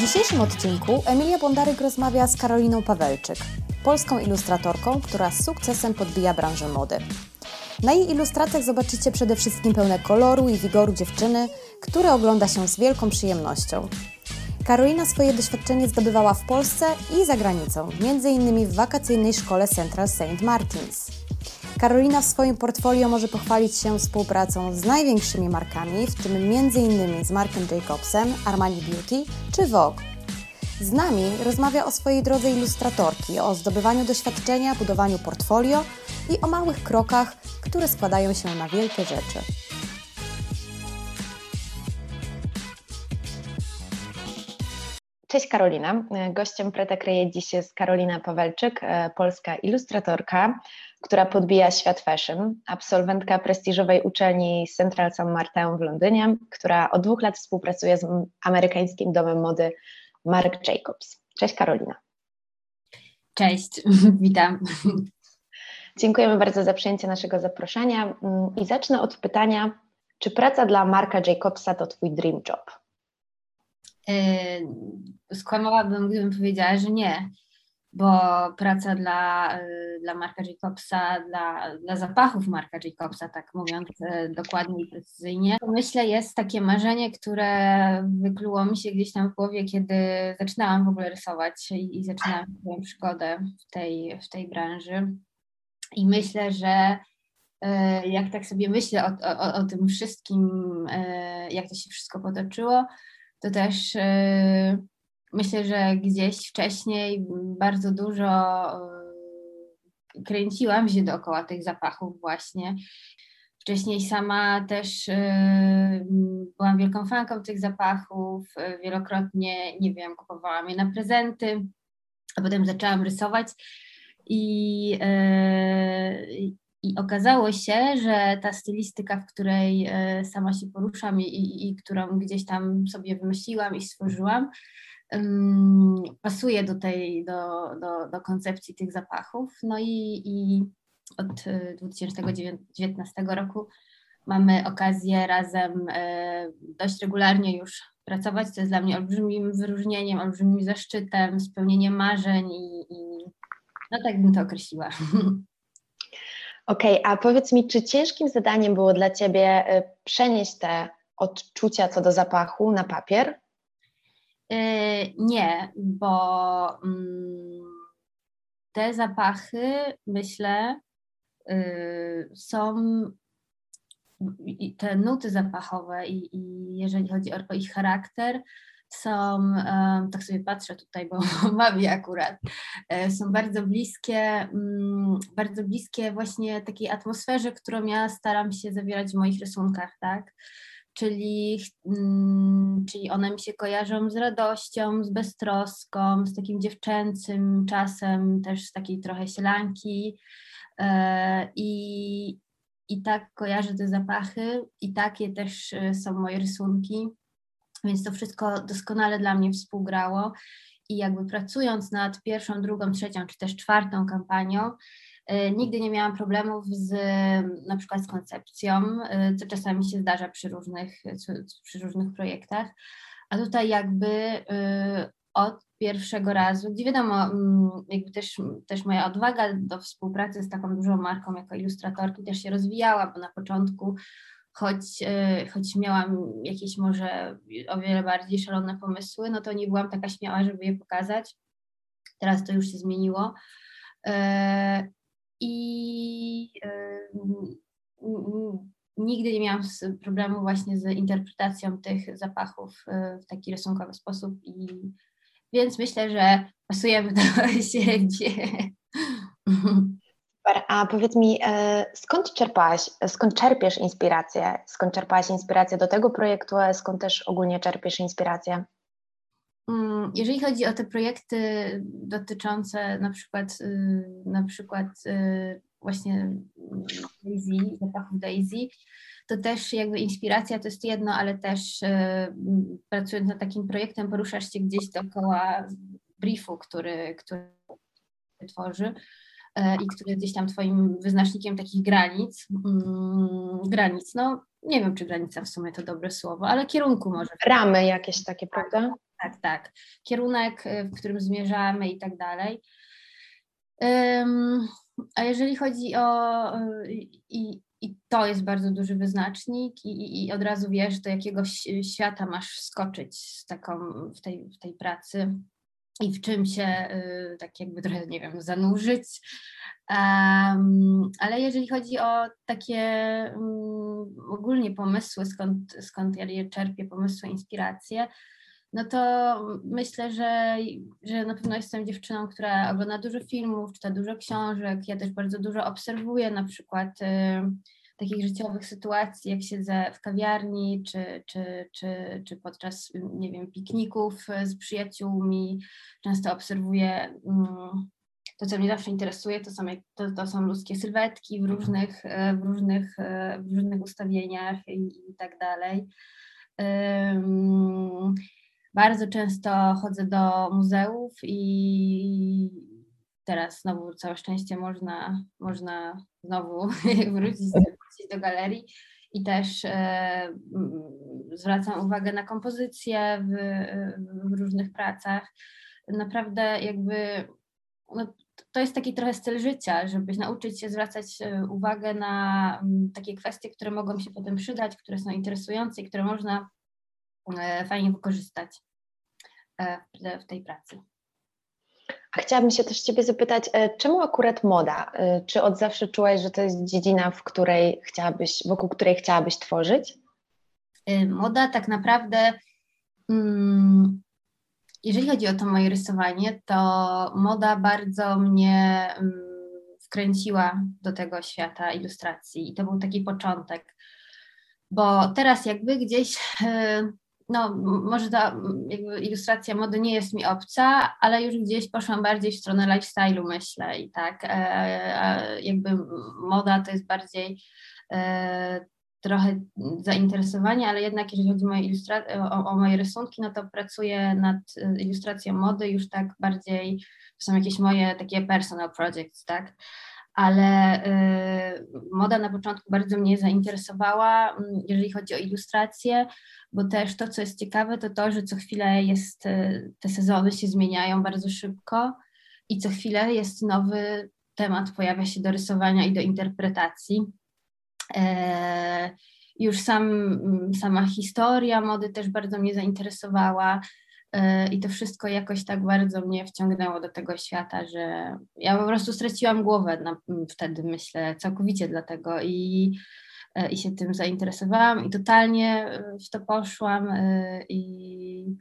dzisiejszym odcinku Emilia Bondaryk rozmawia z Karoliną Pawelczyk, polską ilustratorką, która z sukcesem podbija branżę mody. Na jej ilustracjach zobaczycie przede wszystkim pełne koloru i wigoru dziewczyny, które ogląda się z wielką przyjemnością. Karolina swoje doświadczenie zdobywała w Polsce i za granicą, m.in. w wakacyjnej szkole Central Saint Martins. Karolina w swoim portfolio może pochwalić się współpracą z największymi markami, w tym m.in. z Markiem Jacobsem, Armani Beauty czy Vogue. Z nami rozmawia o swojej drodze ilustratorki, o zdobywaniu doświadczenia, budowaniu portfolio i o małych krokach, które składają się na wielkie rzeczy. Cześć Karolina. Gościem Preta Kryje dziś jest Karolina Pawelczyk, polska ilustratorka, która podbija świat fashion, absolwentka prestiżowej uczelni Central Saint Martin w Londynie, która od 2 lat współpracuje z amerykańskim domem mody Marc Jacobs. Cześć Karolina. Cześć, witam. Dziękujemy bardzo za przyjęcie naszego zaproszenia i zacznę od pytania, czy praca dla Marca Jacobsa to Twój dream job? Skłamałabym, gdybym powiedziała, że nie, bo praca dla Marca Jacobsa, dla zapachów Marca Jacobsa, tak mówiąc dokładnie i precyzyjnie, to myślę jest takie marzenie, które wykluło mi się gdzieś tam w głowie, kiedy zaczynałam w ogóle rysować i zaczynałam swoją przygodę w tej branży. I myślę, że jak tak sobie myślę o tym wszystkim, jak to się wszystko potoczyło, to też myślę, że gdzieś wcześniej bardzo dużo kręciłam się dookoła tych zapachów właśnie. Wcześniej sama też byłam wielką fanką tych zapachów, wielokrotnie, nie wiem, kupowałam je na prezenty, a potem zaczęłam rysować i okazało się, że ta stylistyka, w której sama się poruszam i którą gdzieś tam sobie wymyśliłam i stworzyłam, pasuje do koncepcji tych zapachów. No i od 2019 roku mamy okazję razem dość regularnie już pracować, co jest dla mnie olbrzymim wyróżnieniem, olbrzymim zaszczytem, spełnieniem marzeń i no tak bym to określiła. Okej, a powiedz mi, czy ciężkim zadaniem było dla Ciebie przenieść te odczucia co do zapachu na papier? Nie, bo te zapachy, myślę, są, te nuty zapachowe i jeżeli chodzi o ich charakter, są, tak sobie patrzę tutaj, bo mam je akurat, są bardzo bliskie właśnie takiej atmosferze, którą ja staram się zawierać w moich rysunkach, tak? Czyli one mi się kojarzą z radością, z beztroską, z takim dziewczęcym czasem, też z takiej trochę sielanki i tak kojarzę te zapachy i takie też są moje rysunki. Więc to wszystko doskonale dla mnie współgrało i jakby pracując nad 1., 2., 3. czy też 4. kampanią, nigdy nie miałam problemów na przykład z koncepcją, co czasami się zdarza przy różnych projektach, a tutaj jakby od pierwszego razu, gdzie wiadomo, jakby też moja odwaga do współpracy z taką dużą marką jako ilustratorki też się rozwijała, bo na początku choć miałam jakieś może o wiele bardziej szalone pomysły, no to nie byłam taka śmiała, żeby je pokazać. Teraz to już się zmieniło. Nigdy nie miałam problemu właśnie z interpretacją tych zapachów w taki rysunkowy sposób więc myślę, że pasujemy do siebie. A powiedz mi, skąd czerpiesz inspirację? Skąd czerpałaś inspirację do tego projektu, a skąd też ogólnie czerpiesz inspirację? Jeżeli chodzi o te projekty dotyczące na przykład właśnie Daisy, zapachów Daisy, to też jakby inspiracja to jest jedno, ale też pracując nad takim projektem poruszasz się gdzieś dookoła briefu, który tworzy i który jest gdzieś tam twoim wyznacznikiem takich granic, no nie wiem, czy granica w sumie to dobre słowo, ale kierunku może. Ramy jakieś takie, prawda? tak. Kierunek, w którym zmierzamy i tak dalej. A jeżeli chodzi o... I to jest bardzo duży wyznacznik i od razu wiesz, do jakiego świata masz wskoczyć w tej pracy i w czym się tak jakby trochę, nie wiem, zanurzyć. Ale jeżeli chodzi o takie ogólnie pomysły, skąd ja je czerpię, pomysły, inspiracje, no to myślę, że na pewno jestem dziewczyną, która ogląda dużo filmów, czyta dużo książek. Ja też bardzo dużo obserwuję na przykład takich życiowych sytuacji, jak siedzę w kawiarni, czy podczas, nie wiem, pikników z przyjaciółmi. Często obserwuję to, co mnie zawsze interesuje, to są ludzkie sylwetki w różnych ustawieniach i tak dalej. Bardzo często chodzę do muzeów i teraz znowu całe szczęście można znowu wrócić do galerii i też zwracam uwagę na kompozycję w różnych pracach. Naprawdę jakby to jest taki trochę styl życia, żeby nauczyć się zwracać uwagę na takie kwestie, które mogą się potem przydać, które są interesujące i które można fajnie wykorzystać w tej pracy. A chciałabym się też Ciebie zapytać, czemu akurat moda? Czy od zawsze czułaś, że to jest dziedzina, wokół której chciałabyś tworzyć? Moda tak naprawdę, jeżeli chodzi o to moje rysowanie, to moda bardzo mnie wkręciła do tego świata ilustracji i to był taki początek, bo teraz jakby gdzieś... No, może ta jakby ilustracja mody nie jest mi obca, ale już gdzieś poszłam bardziej w stronę lifestyle'u, myślę, i tak. Jakby moda to jest bardziej trochę zainteresowanie, ale jednak jeżeli chodzi o moje rysunki, no to pracuję nad ilustracją mody już tak bardziej, to są jakieś moje takie personal projects, tak? Ale moda na początku bardzo mnie zainteresowała, jeżeli chodzi o ilustrację, bo też to, co jest ciekawe, to, że co chwilę te sezony się zmieniają bardzo szybko i co chwilę jest nowy temat, pojawia się do rysowania i do interpretacji. Już sama historia mody też bardzo mnie zainteresowała. I to wszystko jakoś tak bardzo mnie wciągnęło do tego świata, że ja po prostu straciłam głowę wtedy, myślę, całkowicie dlatego i się tym zainteresowałam i totalnie w to poszłam i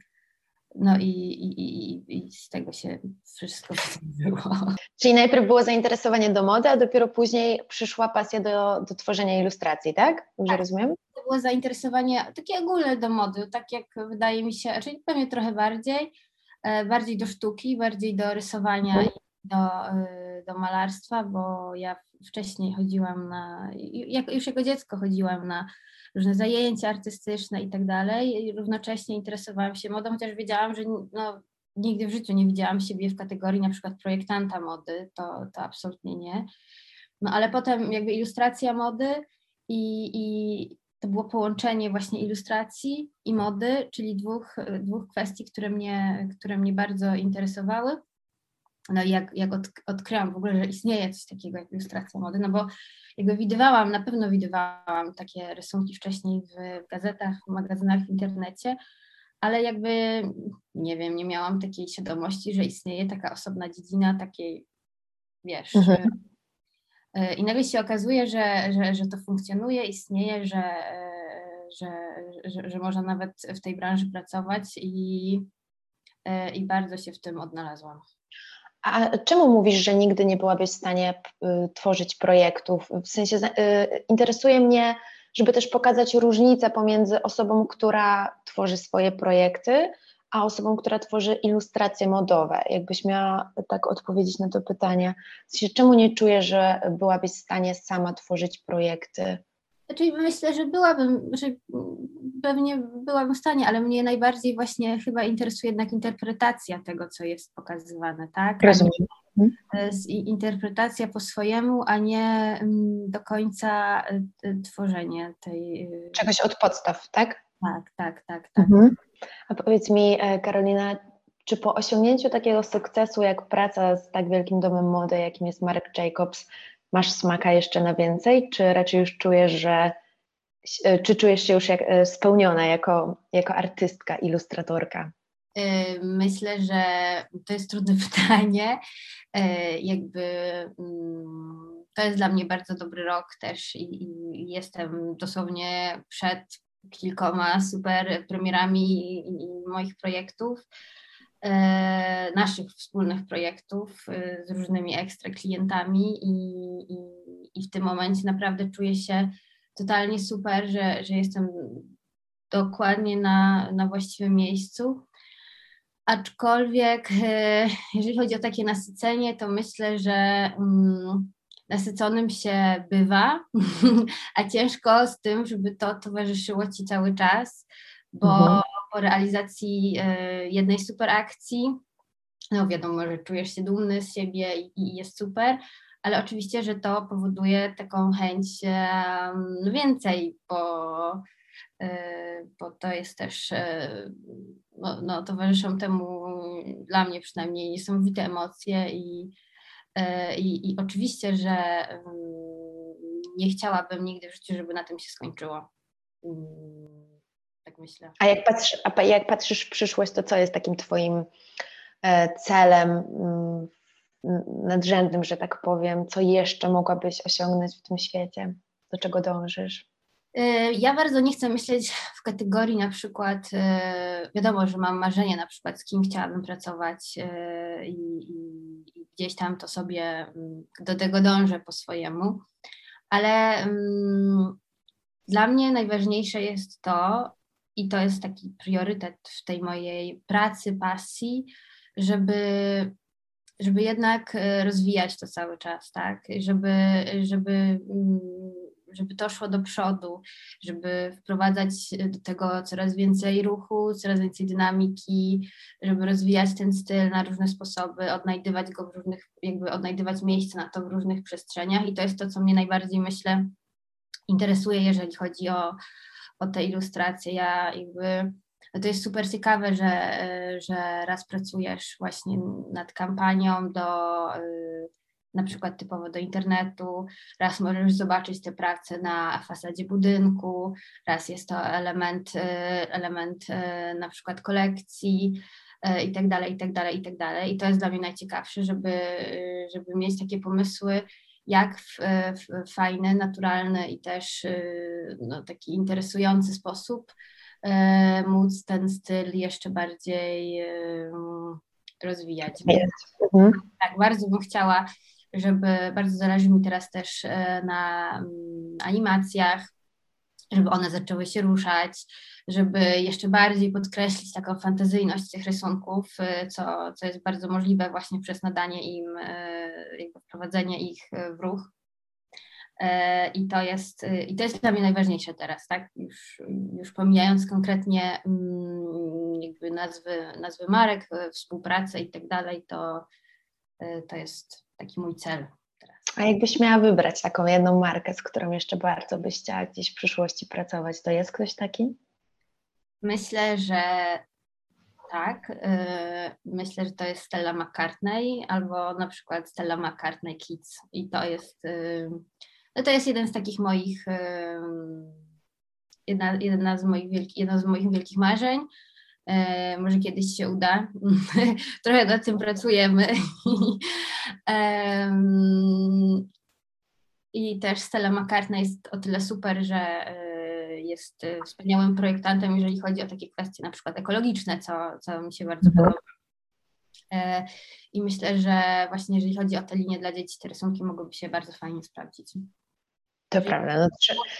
z tego się wszystko było. Czyli najpierw było zainteresowanie do mody, a dopiero później przyszła pasja do tworzenia ilustracji, tak? Dobrze rozumiem? To było zainteresowanie takie ogólne do mody, tak jak wydaje mi się, czyli pewnie trochę bardziej do sztuki, bardziej do rysowania i do malarstwa, bo ja wcześniej chodziłam już jako dziecko chodziłam na różne zajęcia artystyczne i tak dalej. I równocześnie interesowałam się modą, chociaż wiedziałam, że nigdy w życiu nie widziałam siebie w kategorii na przykład projektanta mody, to absolutnie nie. No ale potem jakby ilustracja mody i to było połączenie właśnie ilustracji i mody, czyli dwóch kwestii, które mnie bardzo interesowały. No i jak odkryłam w ogóle, że istnieje coś takiego jak ilustracja mody, no bo jakby na pewno widywałam takie rysunki wcześniej w gazetach, w magazynach, w internecie, ale jakby, nie wiem, nie miałam takiej świadomości, że istnieje taka osobna dziedzina, takiej, wiesz... I nagle się okazuje, że to funkcjonuje, istnieje, że można nawet w tej branży pracować i bardzo się w tym odnalazłam. A czemu mówisz, że nigdy nie byłabyś w stanie tworzyć projektów? W sensie interesuje mnie, żeby też pokazać różnicę pomiędzy osobą, która tworzy swoje projekty, a osobą, która tworzy ilustracje modowe. Jakbyś miała tak odpowiedzieć na to pytanie, w sensie, czemu nie czujesz, że byłabyś w stanie sama tworzyć projekty? Znaczy myślę, że pewnie byłabym w stanie, ale mnie najbardziej właśnie chyba interesuje jednak interpretacja tego, co jest pokazywane, tak? Rozumiem. Interpretacja po swojemu, a nie do końca tworzenie tej... Czegoś od podstaw, tak? Tak. Mhm. A powiedz mi, Karolina, czy po osiągnięciu takiego sukcesu jak praca z tak wielkim domem mody, jakim jest Marc Jacobs, masz smaka jeszcze na więcej, czy raczej już czujesz się już spełniona jako artystka, ilustratorka? Myślę, że to jest trudne pytanie. To jest dla mnie bardzo dobry rok też i jestem dosłownie przed kilkoma super premierami moich projektów, naszych wspólnych projektów z różnymi ekstra klientami i w tym momencie naprawdę czuję się totalnie super, że jestem dokładnie na właściwym miejscu. Aczkolwiek jeżeli chodzi o takie nasycenie, to myślę, że nasyconym się bywa, a ciężko z tym, żeby to towarzyszyło ci cały czas, bo po realizacji jednej super akcji, no wiadomo, że czujesz się dumny z siebie i jest super, ale oczywiście, że to powoduje taką chęć więcej, bo to jest też, towarzyszą temu dla mnie przynajmniej niesamowite emocje i oczywiście, że nie chciałabym nigdy w życiu, żeby na tym się skończyło. Tak myślę. A jak patrzysz w przyszłość, to co jest takim twoim celem nadrzędnym, że tak powiem? Co jeszcze mogłabyś osiągnąć w tym świecie? Do czego dążysz? Ja bardzo nie chcę myśleć w kategorii na przykład, wiadomo, że mam marzenie na przykład, z kim chciałabym pracować i gdzieś tam to sobie do tego dążę po swojemu, ale dla mnie najważniejsze jest to, i to jest taki priorytet w tej mojej pracy, pasji, żeby jednak rozwijać to cały czas, tak? Żeby to szło do przodu, żeby wprowadzać do tego coraz więcej ruchu, coraz więcej dynamiki, żeby rozwijać ten styl na różne sposoby, odnajdywać go w różnych, odnajdywać miejsce na to w różnych przestrzeniach i to jest to, co mnie najbardziej, myślę, interesuje, jeżeli chodzi o te ilustracje. No to jest super ciekawe, że raz pracujesz właśnie nad kampanią na przykład typowo do internetu, raz możesz zobaczyć te prace na fasadzie budynku, raz jest to element na przykład kolekcji i tak dalej, i tak dalej, i tak dalej. I to jest dla mnie najciekawsze, żeby mieć takie pomysły, jak w fajny, naturalny i też taki interesujący sposób móc ten styl jeszcze bardziej rozwijać. Tak, bardzo bym chciała, bardzo zależy mi teraz też na animacjach, żeby one zaczęły się ruszać, żeby jeszcze bardziej podkreślić taką fantazyjność tych rysunków, co jest bardzo możliwe właśnie przez nadanie im, wprowadzenie ich w ruch. I to jest dla mnie najważniejsze teraz, tak? Już pomijając konkretnie nazwy marek, współpracę i tak dalej, to jest taki mój cel teraz. A jakbyś miała wybrać taką jedną markę, z którą jeszcze bardzo byś chciała gdzieś w przyszłości pracować, to jest ktoś taki? Myślę, że tak. Myślę, że to jest Stella McCartney albo na przykład Stella McCartney Kids i to jest jeden z takich moich, jedno z moich wielkich marzeń. Może kiedyś się uda. Trochę nad tym pracujemy. I też Stella McCartney jest o tyle super, że jest wspaniałym projektantem, jeżeli chodzi o takie kwestie na przykład ekologiczne, co mi się bardzo podoba. I myślę, że właśnie jeżeli chodzi o te linie dla dzieci, te rysunki mogłyby się bardzo fajnie sprawdzić. To prawda. No,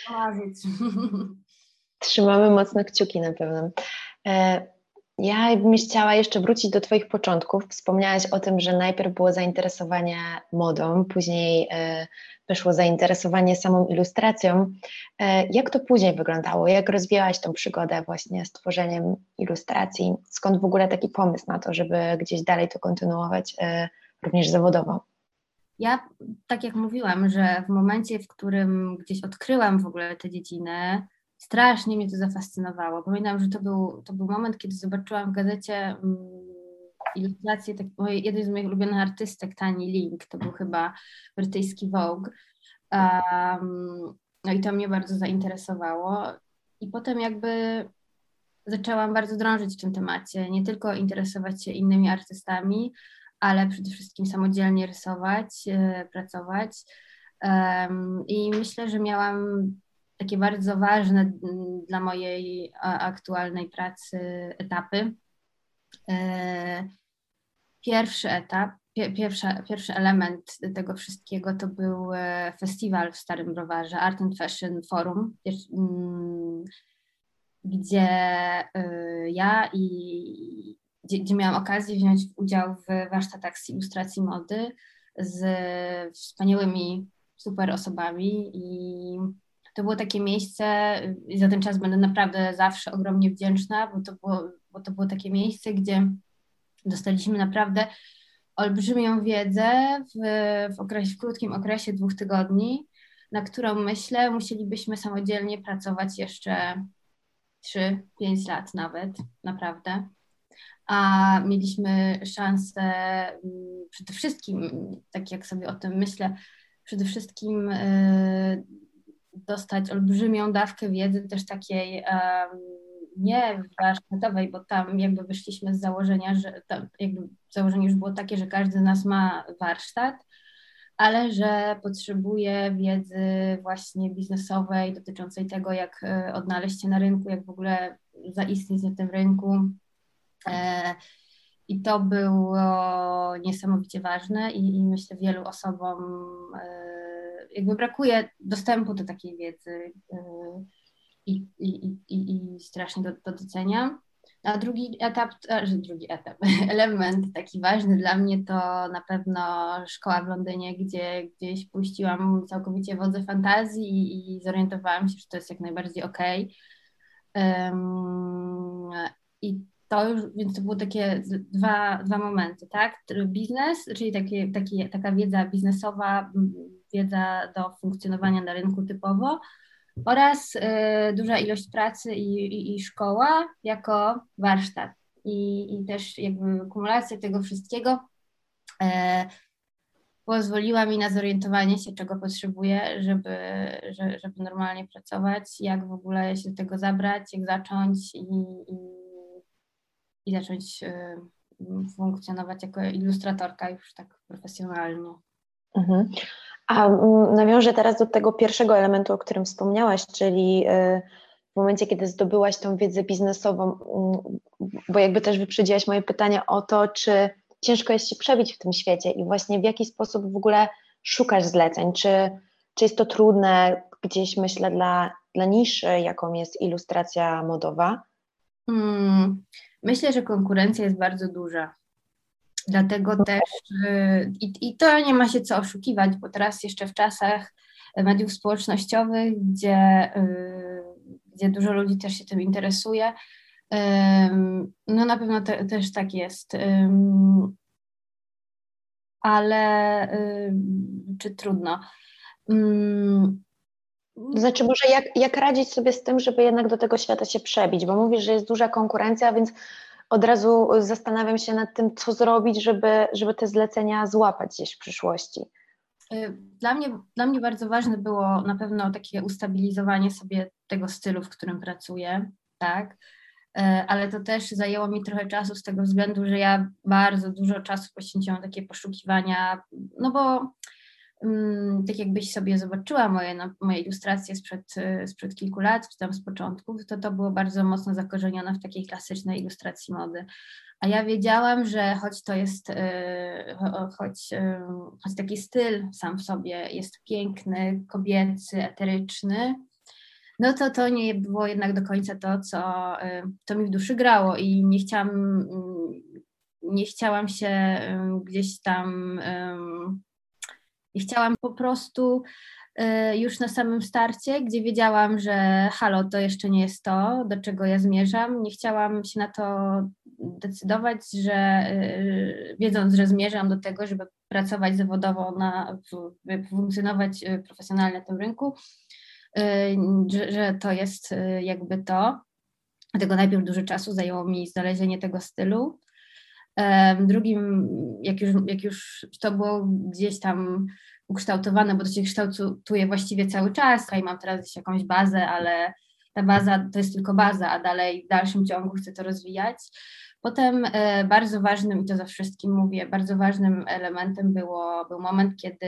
trzymamy mocno kciuki na pewno. Ja bym chciała jeszcze wrócić do Twoich początków. Wspomniałaś o tym, że najpierw było zainteresowanie modą, później wyszło zainteresowanie samą ilustracją. Jak to później wyglądało? Jak rozwijałaś tą przygodę właśnie z tworzeniem ilustracji? Skąd w ogóle taki pomysł na to, żeby gdzieś dalej to kontynuować również zawodowo? Ja, tak jak mówiłam, że w momencie, w którym gdzieś odkryłam w ogóle tę dziedzinę, strasznie mnie to zafascynowało. Pamiętam, że to był moment, kiedy zobaczyłam w gazecie ilustrację jednej z moich ulubionych artystek, Tani Link, to był chyba brytyjski Vogue. No i to mnie bardzo zainteresowało. I potem jakby zaczęłam bardzo drążyć w tym temacie, nie tylko interesować się innymi artystami, ale przede wszystkim samodzielnie rysować, pracować. I myślę, że miałam takie bardzo ważne dla mojej aktualnej pracy etapy. Pierwszy etap, pierwszy element tego wszystkiego to był festiwal w Starym Browarze, Art and Fashion Forum, gdzie ja gdzie miałam okazję wziąć udział w warsztatach z ilustracji mody z wspaniałymi, super osobami i to było takie miejsce i za ten czas będę naprawdę zawsze ogromnie wdzięczna, bo to było takie miejsce, gdzie dostaliśmy naprawdę olbrzymią wiedzę w krótkim okresie 2 tygodni, na którą myślę musielibyśmy samodzielnie pracować jeszcze 3-5 lat nawet, naprawdę. A mieliśmy szansę przede wszystkim, tak jak sobie o tym myślę, przede wszystkim dostać olbrzymią dawkę wiedzy, też takiej nie warsztatowej, bo tam jakby wyszliśmy z założenia, że założenie już było takie, że każdy z nas ma warsztat, ale że potrzebuje wiedzy właśnie biznesowej dotyczącej tego, jak odnaleźć się na rynku, jak w ogóle zaistnieć na tym rynku. I to było niesamowicie ważne i myślę wielu osobom jakby brakuje dostępu do takiej wiedzy i strasznie to doceniam. A drugi etap, element taki ważny dla mnie to na pewno szkoła w Londynie, gdzie gdzieś puściłam całkowicie wodze fantazji i zorientowałam się, że to jest jak najbardziej okej. I to już, więc to były takie dwa momenty, tak? Biznes, czyli taka wiedza biznesowa, wiedza do funkcjonowania na rynku typowo oraz duża ilość pracy i szkoła jako warsztat. I też jakby kumulacja tego wszystkiego pozwoliła mi na zorientowanie się, czego potrzebuję, żeby normalnie pracować, jak w ogóle się do tego zabrać, jak zacząć i zacząć funkcjonować jako ilustratorka już tak profesjonalnie. Mhm. A nawiążę teraz do tego pierwszego elementu, o którym wspomniałaś, czyli w momencie, kiedy zdobyłaś tą wiedzę biznesową, bo jakby też wyprzedziłaś moje pytanie o to, czy ciężko jest się przebić w tym świecie i właśnie w jaki sposób w ogóle szukasz zleceń, czy jest to trudne gdzieś, myślę, dla niszy, jaką jest ilustracja modowa? Myślę, że konkurencja jest bardzo duża. Dlatego też i to nie ma się co oszukiwać, bo teraz jeszcze w czasach mediów społecznościowych, gdzie dużo ludzi też się tym interesuje, no na pewno też tak jest. Ale czy trudno? Znaczy może jak radzić sobie z tym, żeby jednak do tego świata się przebić, bo mówisz, że jest duża konkurencja, więc od razu zastanawiam się nad tym, co zrobić, żeby te zlecenia złapać gdzieś w przyszłości. Dla mnie bardzo ważne było na pewno takie ustabilizowanie sobie tego stylu, w którym pracuję, tak? Ale to też zajęło mi trochę czasu z tego względu, że ja bardzo dużo czasu poświęciłam na takie poszukiwania, no bo tak jakbyś sobie zobaczyła moje ilustracje sprzed kilku lat, czy tam z początków, to było bardzo mocno zakorzenione w takiej klasycznej ilustracji mody. A ja wiedziałam, że choć to jest, choć taki styl sam w sobie jest piękny, kobiecy, eteryczny, no to nie było jednak do końca to, co mi w duszy grało i nie chciałam się gdzieś tam, i chciałam po prostu już na samym starcie, gdzie wiedziałam, że halo, to jeszcze nie jest to, do czego ja zmierzam, nie chciałam się na to decydować, że wiedząc, że zmierzam do tego, żeby pracować zawodowo, funkcjonować profesjonalnie na tym rynku, że to jest jakby to. Dlatego najpierw dużo czasu zajęło mi znalezienie tego stylu. Drugim, jak już to było gdzieś tam ukształtowane, bo to się kształtuje właściwie cały czas, i mam teraz jakąś bazę, ale ta baza to jest tylko baza, a dalej w dalszym ciągu chcę to rozwijać. Potem bardzo ważnym, i to za wszystkim mówię, bardzo ważnym elementem był moment, kiedy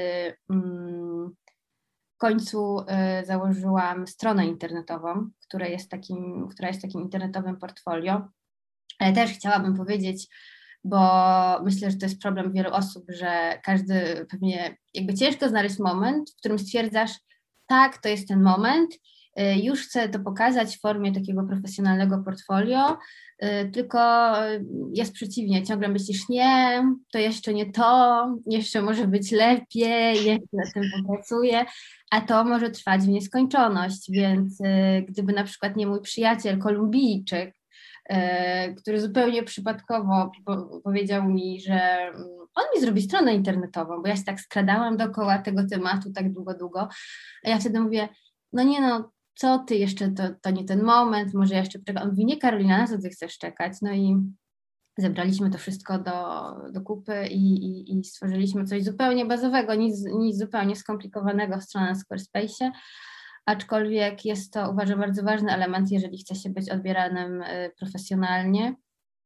w końcu założyłam stronę internetową, która jest takim internetowym portfolio. Ale też chciałabym powiedzieć, bo myślę, że to jest problem wielu osób, że każdy pewnie jakby ciężko znaleźć moment, w którym stwierdzasz, tak, to jest ten moment, już chcę to pokazać w formie takiego profesjonalnego portfolio, tylko jest przeciwnie, ciągle myślisz, nie, to jeszcze nie to, jeszcze może być lepiej, jeszcze nad tym popracuję, a to może trwać w nieskończoność, więc gdyby na przykład nie mój przyjaciel kolumbijczyk, który zupełnie przypadkowo powiedział mi, że on mi zrobi stronę internetową, bo ja się tak skradałam dookoła tego tematu tak długo, a ja wtedy mówię, no nie no, co ty jeszcze, to nie ten moment, może ja jeszcze czekam. On mówi, nie Karolina, na co ty chcesz czekać? No i zebraliśmy to wszystko do kupy i stworzyliśmy coś zupełnie bazowego, nic zupełnie skomplikowanego, stronę na Squarespace'ie, aczkolwiek jest to, uważam, bardzo ważny element, jeżeli chce się być odbieranym profesjonalnie.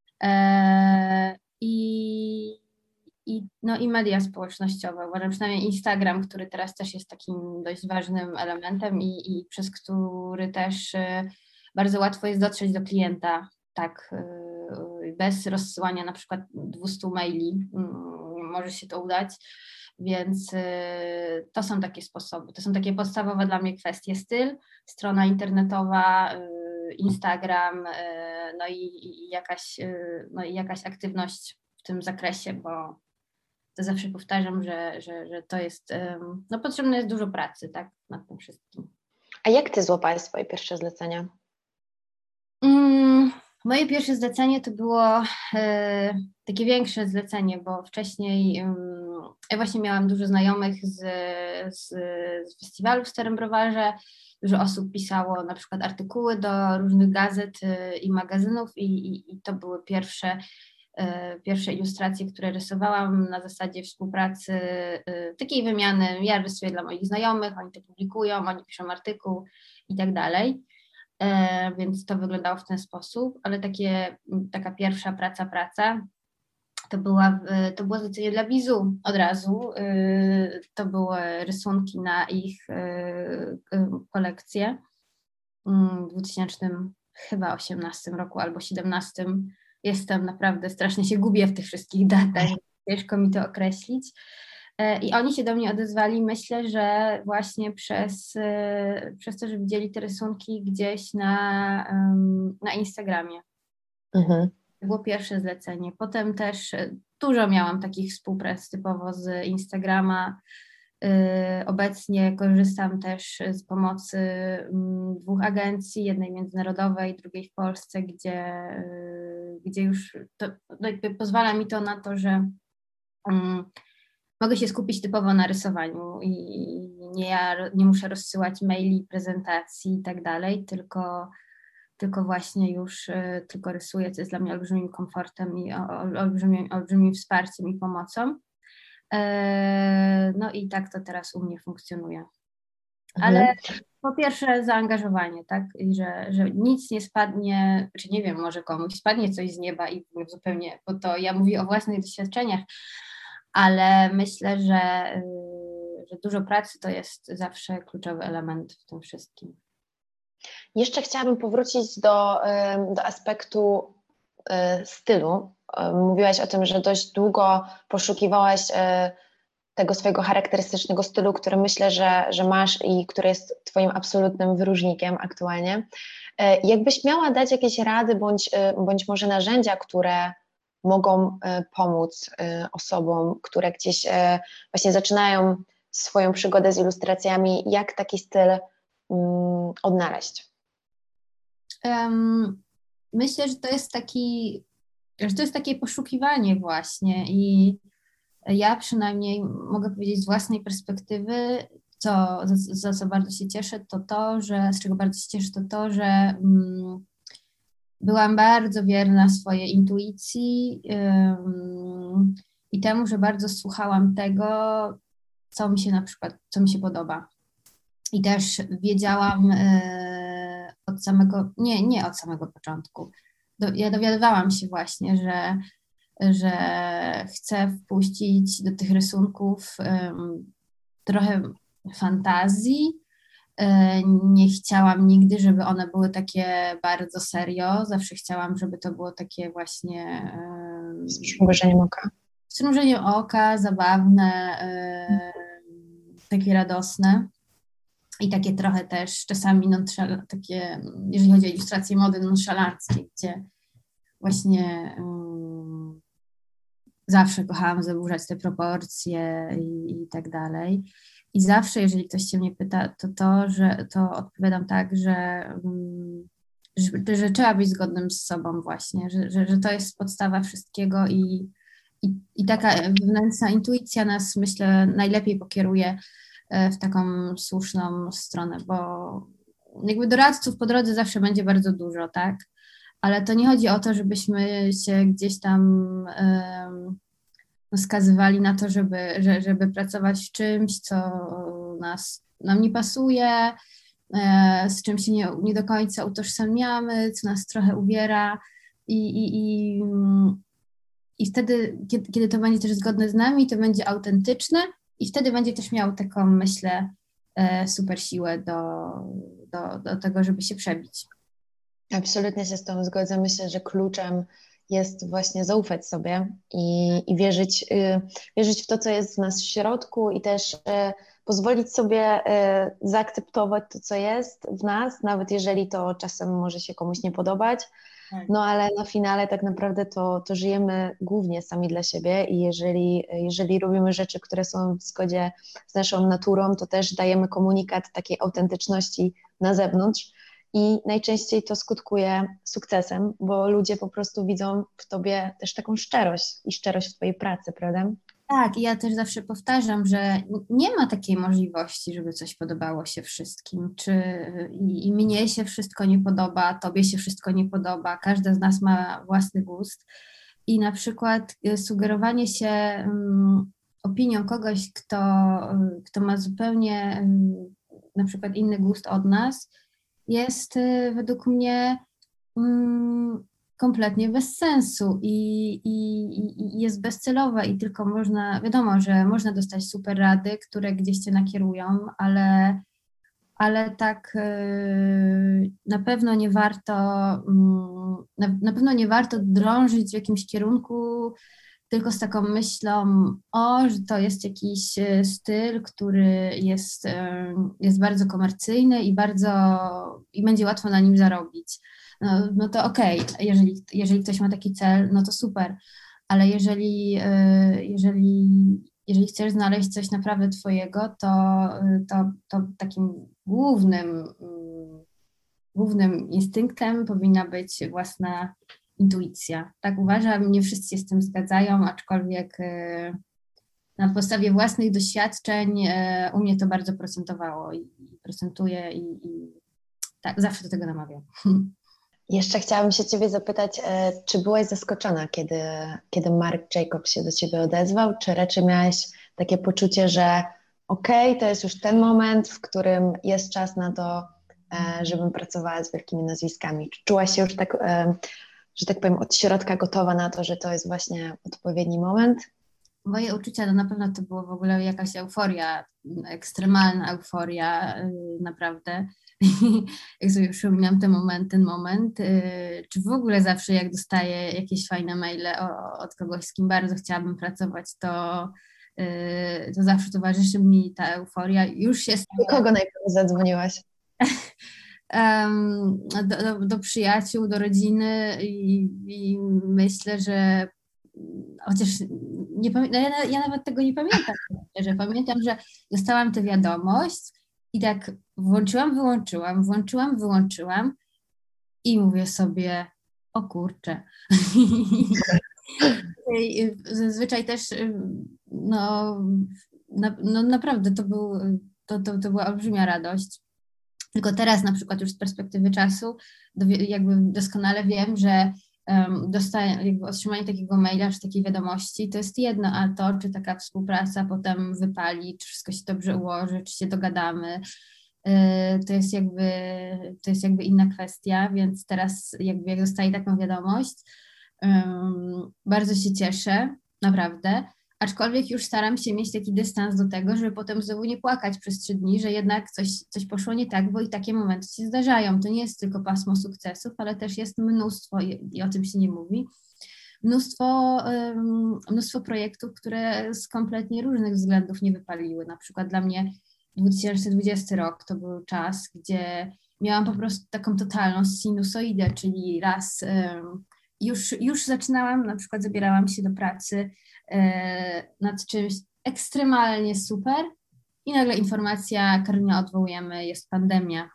I media społecznościowe. Uważam, przynajmniej Instagram, który teraz też jest takim dość ważnym elementem i przez który też bardzo łatwo jest dotrzeć do klienta, tak, bez rozsyłania na przykład 200 maili może się to udać, więc to są takie sposoby, to są takie podstawowe dla mnie kwestie: styl, strona internetowa, Instagram, no i jakaś aktywność w tym zakresie, bo to zawsze powtarzam, że to jest, potrzebne jest dużo pracy, tak, nad tym wszystkim. A jak ty złapałaś swoje pierwsze zlecenia? Moje pierwsze zlecenie to było takie większe zlecenie, bo wcześniej ja właśnie miałam dużo znajomych z festiwalu w Starym Browarze. Dużo osób pisało na przykład artykuły do różnych gazet i magazynów i to były pierwsze ilustracje, które rysowałam na zasadzie współpracy, takiej wymiany. Ja rysuję dla moich znajomych, oni to publikują, oni piszą artykuł i tak dalej. Więc to wyglądało w ten sposób, ale taka pierwsza praca to było zlecenie dla Bizu od razu. To były rysunki na ich kolekcję w 2018 roku albo 2017. Jestem naprawdę, strasznie się gubię w tych wszystkich datach, ciężko mi to określić. I oni się do mnie odezwali, myślę, że właśnie przez to, że widzieli te rysunki gdzieś na Instagramie. Mhm. To było pierwsze zlecenie. Potem też dużo miałam takich współprac typowo z Instagrama. Obecnie korzystam też z pomocy 2 agencji, jednej międzynarodowej, drugiej w Polsce, gdzie już to jakby pozwala mi to na to, że mogę się skupić typowo na rysowaniu i nie muszę rozsyłać maili, prezentacji i tak dalej, tylko właśnie już tylko rysuję, co jest dla mnie olbrzymim komfortem i olbrzymim wsparciem i pomocą. No i tak to teraz u mnie funkcjonuje. Ale po pierwsze zaangażowanie, tak? I że nic nie spadnie, czy nie wiem, może komuś spadnie coś z nieba i zupełnie, bo to ja mówię o własnych doświadczeniach, ale myślę, że dużo pracy to jest zawsze kluczowy element w tym wszystkim. Jeszcze chciałabym powrócić do aspektu stylu. Mówiłaś o tym, że dość długo poszukiwałaś tego swojego charakterystycznego stylu, który myślę, że masz i który jest twoim absolutnym wyróżnikiem aktualnie. Jakbyś miała dać jakieś rady bądź może narzędzia, które mogą pomóc osobom, które gdzieś właśnie zaczynają swoją przygodę z ilustracjami, jak taki styl odnaleźć? Myślę, że to jest takie poszukiwanie właśnie i ja przynajmniej mogę powiedzieć z własnej perspektywy, za co bardzo się cieszę, z czego bardzo się cieszę, to, że byłam bardzo wierna swojej intuicji i temu, że bardzo słuchałam tego, co mi się podoba. I też wiedziałam nie od samego początku. Ja dowiadywałam się właśnie, że chcę wpuścić do tych rysunków trochę fantazji. Nie chciałam nigdy, żeby one były takie bardzo serio. Zawsze chciałam, żeby to było takie właśnie Z przymrużeniem oka. Z przymrużeniem oka, zabawne, takie radosne. I takie trochę też czasami takie, jeżeli chodzi o ilustrację mody, nonszalanckie, gdzie właśnie zawsze kochałam zaburzać te proporcje i tak dalej. I zawsze, jeżeli ktoś się mnie pyta, to odpowiadam tak, że trzeba być zgodnym z sobą właśnie, że to jest podstawa wszystkiego i taka wewnętrzna intuicja nas, myślę, najlepiej pokieruje w taką słuszną stronę, bo jakby doradców po drodze zawsze będzie bardzo dużo, tak? Ale to nie chodzi o to, żebyśmy się gdzieś tam skazywali na to, żeby pracować w czymś, co nam nie pasuje, z czym się nie do końca utożsamiamy, co nas trochę uwiera i wtedy, kiedy to będzie też zgodne z nami, to będzie autentyczne i wtedy będzie też miał taką, myślę, super siłę do tego, żeby się przebić. Absolutnie się z tą zgodzę. Myślę, że kluczem jest właśnie zaufać sobie i wierzyć w to, co jest w nas w środku i też pozwolić sobie zaakceptować to, co jest w nas, nawet jeżeli to czasem może się komuś nie podobać. No ale na finale tak naprawdę to żyjemy głównie sami dla siebie i jeżeli robimy rzeczy, które są w zgodzie z naszą naturą, to też dajemy komunikat takiej autentyczności na zewnątrz i najczęściej to skutkuje sukcesem, bo ludzie po prostu widzą w tobie też taką szczerość i szczerość w twojej pracy, prawda? Tak, i ja też zawsze powtarzam, że nie ma takiej możliwości, żeby coś podobało się wszystkim, i mnie się wszystko nie podoba, tobie się wszystko nie podoba, każda z nas ma własny gust i na przykład sugerowanie się opinią kogoś, kto ma zupełnie na przykład inny gust od nas, jest według mnie kompletnie bez sensu i jest bezcelowe i tylko wiadomo, że można dostać super rady, które gdzieś cię nakierują, ale tak na pewno nie warto, na pewno nie warto drążyć w jakimś kierunku tylko z taką myślą, że to jest jakiś styl, który jest bardzo komercyjny i będzie łatwo na nim zarobić. No to okej, jeżeli ktoś ma taki cel, no to super, ale jeżeli chcesz znaleźć coś naprawdę twojego, to takim głównym instynktem powinna być własna intuicja. Tak uważam, nie wszyscy się z tym zgadzają, aczkolwiek na podstawie własnych doświadczeń u mnie to bardzo procentowało i procentuje i tak, zawsze do tego namawiam. Jeszcze chciałabym się ciebie zapytać, czy byłaś zaskoczona, kiedy Marc Jacobs się do ciebie odezwał, czy raczej miałaś takie poczucie, że to jest już ten moment, w którym jest czas na to, żebym pracowała z wielkimi nazwiskami. Czy czułaś się już tak, że tak powiem, od środka gotowa na to, że to jest właśnie odpowiedni moment? Moje uczucia, to na pewno to było w ogóle jakaś euforia, ekstremalna euforia, naprawdę. Jak sobie przypominam ten moment, czy w ogóle zawsze jak dostaję jakieś fajne maile od kogoś, z kim bardzo chciałabym pracować, to zawsze towarzyszy mi ta euforia. Już się Do kogo najpierw zadzwoniłaś? Do przyjaciół, do rodziny i myślę, że chociaż ja nawet tego nie pamiętam, że pamiętam, że dostałam tę wiadomość i tak wyłączyłam i mówię sobie, o kurczę. Zazwyczaj też, naprawdę to była olbrzymia radość. Tylko teraz na przykład już z perspektywy czasu jakby doskonale wiem, że jakby otrzymanie takiego maila czy takiej wiadomości to jest jedno, a to, czy taka współpraca potem wypali, czy wszystko się dobrze ułoży, czy się dogadamy, to jest jakby inna kwestia, więc teraz jakby jak dostaję taką wiadomość, bardzo się cieszę, naprawdę, aczkolwiek już staram się mieć taki dystans do tego, żeby potem znowu nie płakać przez 3 dni, że jednak coś poszło nie tak, bo i takie momenty się zdarzają. To nie jest tylko pasmo sukcesów, ale też jest mnóstwo, i o tym się nie mówi, mnóstwo projektów, które z kompletnie różnych względów nie wypaliły. Na przykład dla mnie 2020 rok to był czas, gdzie miałam po prostu taką totalną sinusoidę, czyli raz już zaczynałam, na przykład zabierałam się do pracy nad czymś ekstremalnie super i nagle informacja: Karolina, odwołujemy, jest pandemia.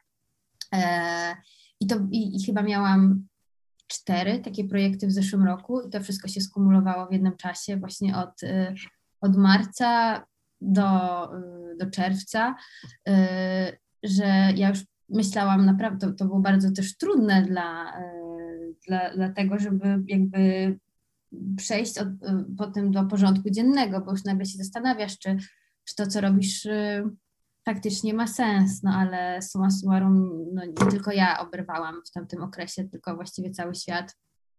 I chyba miałam 4 takie projekty w zeszłym roku i to wszystko się skumulowało w jednym czasie, właśnie od marca do czerwca, że ja już myślałam naprawdę, to było bardzo też trudne dla tego, żeby jakby przejść potem do porządku dziennego, bo już nagle się zastanawiasz, czy to, co robisz, faktycznie ma sens, no ale summa summarum, no nie tylko ja oberwałam w tamtym okresie, tylko właściwie cały świat,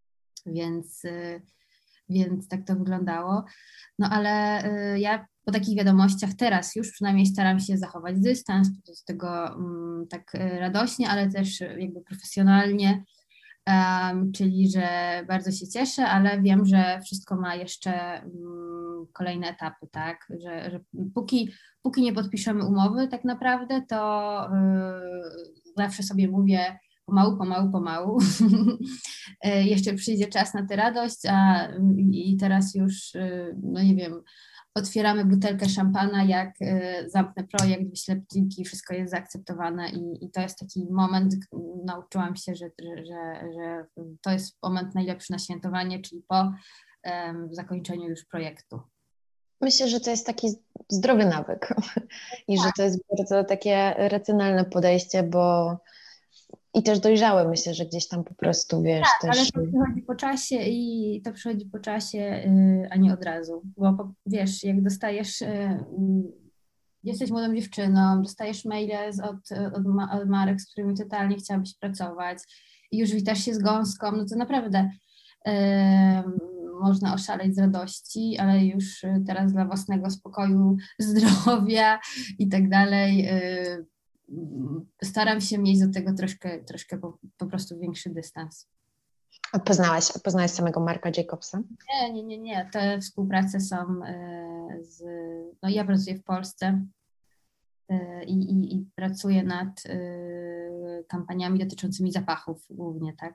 więc tak to wyglądało. No ale ja po takich wiadomościach teraz już przynajmniej staram się zachować dystans, z tego tak radośnie, ale też jakby profesjonalnie, czyli że bardzo się cieszę, ale wiem, że wszystko ma jeszcze kolejne etapy, tak, że póki nie podpiszemy umowy tak naprawdę, to zawsze sobie mówię pomału. Jeszcze przyjdzie czas na tę radość, i teraz już, no nie wiem, otwieramy butelkę szampana, jak zamknę projekt, wyślę pliki, wszystko jest zaakceptowane i to jest taki moment, nauczyłam się, że to jest moment najlepszy na świętowanie, czyli po zakończeniu już projektu. Myślę, że to jest taki zdrowy nawyk i że to jest bardzo takie racjonalne podejście, bo i też dojrzałe, myślę, że gdzieś tam po prostu, wiesz, tak, też... ale to przychodzi po czasie, a nie od razu, bo wiesz, jak dostajesz, jesteś młodą dziewczyną, dostajesz maile od marek, z którymi totalnie chciałabyś pracować i już witasz się z gąską, no to naprawdę można oszaleć z radości, ale już teraz dla własnego spokoju, zdrowia i tak dalej staram się mieć do tego troszkę po prostu większy dystans. A poznałaś samego Marka Jacobsa? Nie. Te współprace są no ja pracuję w Polsce i pracuję nad kampaniami dotyczącymi zapachów głównie, tak?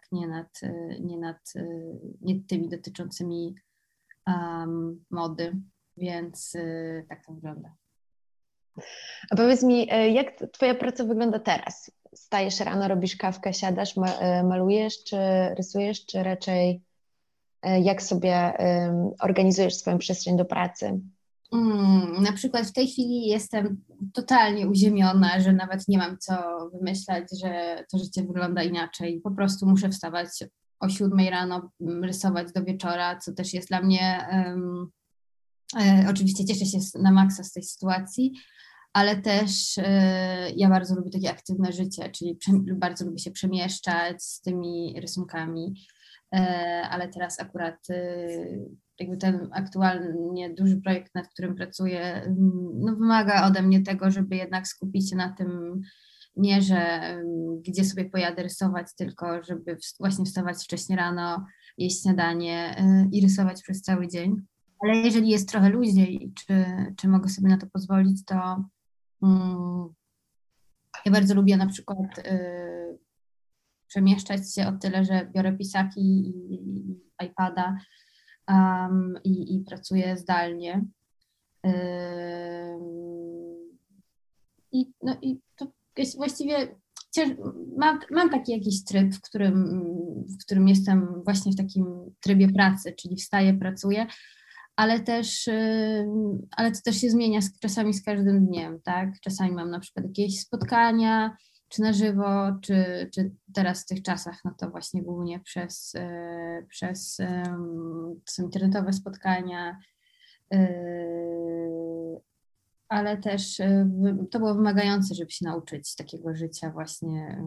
Nie tymi dotyczącymi mody, więc tak to wygląda. A powiedz mi, jak twoja praca wygląda teraz? Stajesz rano, robisz kawkę, siadasz, malujesz, czy rysujesz, czy raczej jak sobie organizujesz swoją przestrzeń do pracy? Na przykład w tej chwili jestem totalnie uziemiona, że nawet nie mam co wymyślać, że to życie wygląda inaczej. Po prostu muszę wstawać o 7 rano, rysować do wieczora, co też jest dla mnie... Oczywiście cieszę się na maksa z tej sytuacji, ale też ja bardzo lubię takie aktywne życie, czyli bardzo lubię się przemieszczać z tymi rysunkami, ale teraz akurat jakby ten aktualnie duży projekt, nad którym pracuję, no wymaga ode mnie tego, żeby jednak skupić się na tym, nie, że gdzie sobie pojadę rysować, tylko żeby właśnie wstawać wcześnie rano, jeść śniadanie i rysować przez cały dzień. Ale jeżeli jest trochę luźniej, czy mogę sobie na to pozwolić, to ja bardzo lubię na przykład przemieszczać się o tyle, że biorę pisaki i iPada i pracuję zdalnie. I to jest właściwie mam taki jakiś tryb, w którym jestem właśnie w takim trybie pracy, czyli wstaję, pracuję, ale to też się zmienia czasami z każdym dniem, tak? Czasami mam na przykład jakieś spotkania, czy na żywo, czy teraz w tych czasach, no to właśnie głównie przez to są internetowe spotkania, ale też to było wymagające, żeby się nauczyć takiego życia właśnie,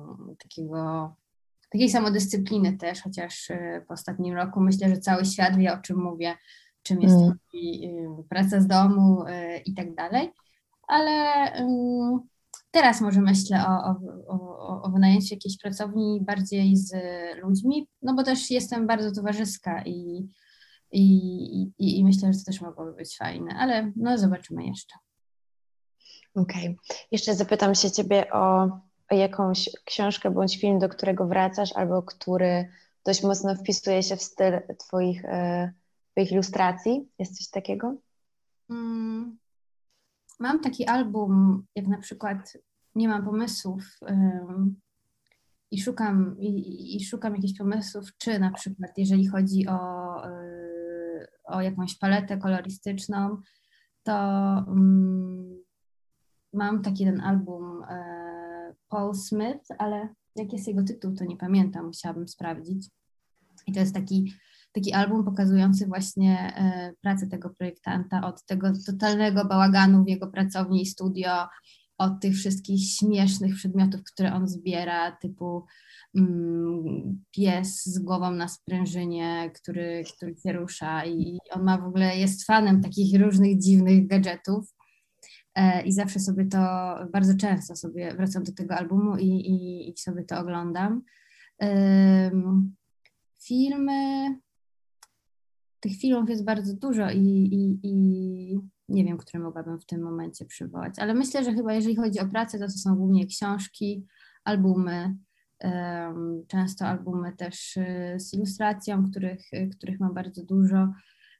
takiej samodyscypliny też, chociaż po ostatnim roku myślę, że cały świat wie, o czym mówię, czym jest praca z domu i tak dalej, ale teraz może myślę o wynajęciu jakiejś pracowni bardziej z ludźmi, no bo też jestem bardzo towarzyska i myślę, że to też mogłoby być fajne, ale no zobaczymy jeszcze. Okej. Jeszcze zapytam się Ciebie o jakąś książkę bądź film, do którego wracasz, albo który dość mocno wpisuje się w styl Twoich ilustracji. Jest coś takiego? Mam taki album, jak na przykład nie mam pomysłów i szukam jakichś pomysłów, czy na przykład jeżeli chodzi o jakąś paletę kolorystyczną, to mam taki jeden album Paul Smith, ale jak jest jego tytuł, to nie pamiętam, musiałabym sprawdzić. I to jest taki album pokazujący właśnie pracę tego projektanta, od tego totalnego bałaganu w jego pracowni i studio, od tych wszystkich śmiesznych przedmiotów, które on zbiera, typu pies z głową na sprężynie, który się rusza i on w ogóle jest fanem takich różnych dziwnych gadżetów i zawsze sobie to, bardzo często sobie wracam do tego albumu i sobie to oglądam. Tych filmów jest bardzo dużo i nie wiem, które mogłabym w tym momencie przywołać, ale myślę, że chyba jeżeli chodzi o pracę, to są głównie książki, albumy, często albumy też z ilustracją, których mam bardzo dużo.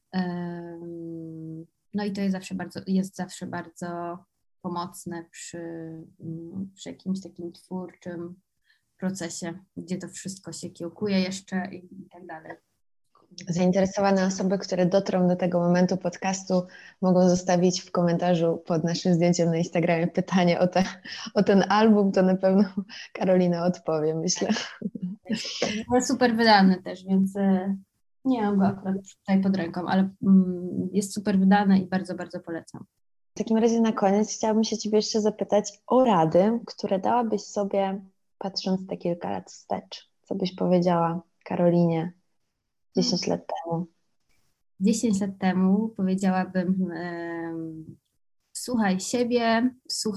No i to jest zawsze bardzo pomocne przy jakimś takim twórczym procesie, gdzie to wszystko się kiełkuje jeszcze i tak dalej. Zainteresowane osoby, które dotrą do tego momentu podcastu, mogą zostawić w komentarzu pod naszym zdjęciem na Instagramie pytanie o ten album, to na pewno Karolina odpowie, myślę. Jest super wydany też, więc nie mam go akurat tutaj pod ręką, ale jest super wydany i bardzo, bardzo polecam. W takim razie na koniec chciałabym się Ciebie jeszcze zapytać o rady, które dałabyś sobie, patrząc te kilka lat wstecz. Co byś powiedziała Karolinie 10 lat temu? 10 lat temu powiedziałabym słuchaj siebie,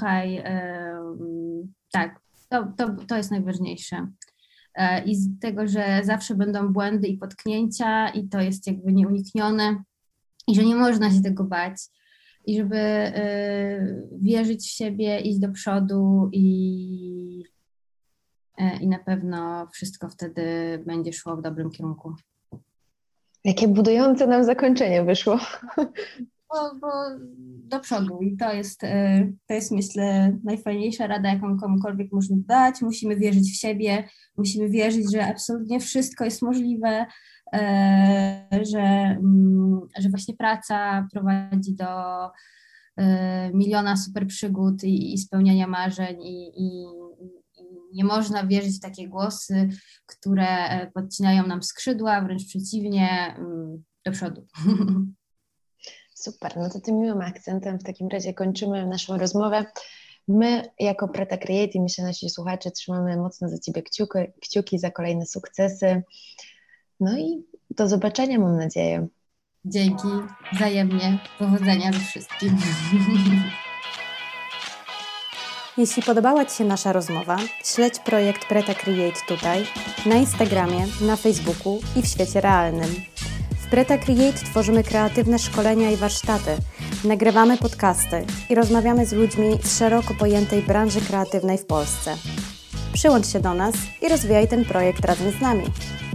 tak, to jest najważniejsze. I z tego, że zawsze będą błędy i potknięcia i to jest jakby nieuniknione i że nie można się tego bać i żeby wierzyć w siebie, iść do przodu i na pewno wszystko wtedy będzie szło w dobrym kierunku. Jakie budujące nam zakończenie wyszło. Bo do przodu i to jest myślę najfajniejsza rada, jaką komukolwiek można dać. Musimy wierzyć w siebie, musimy wierzyć, że absolutnie wszystko jest możliwe, że właśnie praca prowadzi do miliona super przygód i spełniania marzeń i nie można wierzyć w takie głosy, które podcinają nam skrzydła, wręcz przeciwnie, do przodu. Super, no to tym miłym akcentem w takim razie kończymy naszą rozmowę. My jako Preta Create i myślę nasi słuchacze trzymamy mocno za Ciebie kciuki za kolejne sukcesy. No i do zobaczenia, mam nadzieję. Dzięki, wzajemnie, powodzenia ze wszystkim. Jeśli podobała Ci się nasza rozmowa, śledź projekt Preta Create tutaj, na Instagramie, na Facebooku i w świecie realnym. W Preta Create tworzymy kreatywne szkolenia i warsztaty, nagrywamy podcasty i rozmawiamy z ludźmi z szeroko pojętej branży kreatywnej w Polsce. Przyłącz się do nas i rozwijaj ten projekt razem z nami.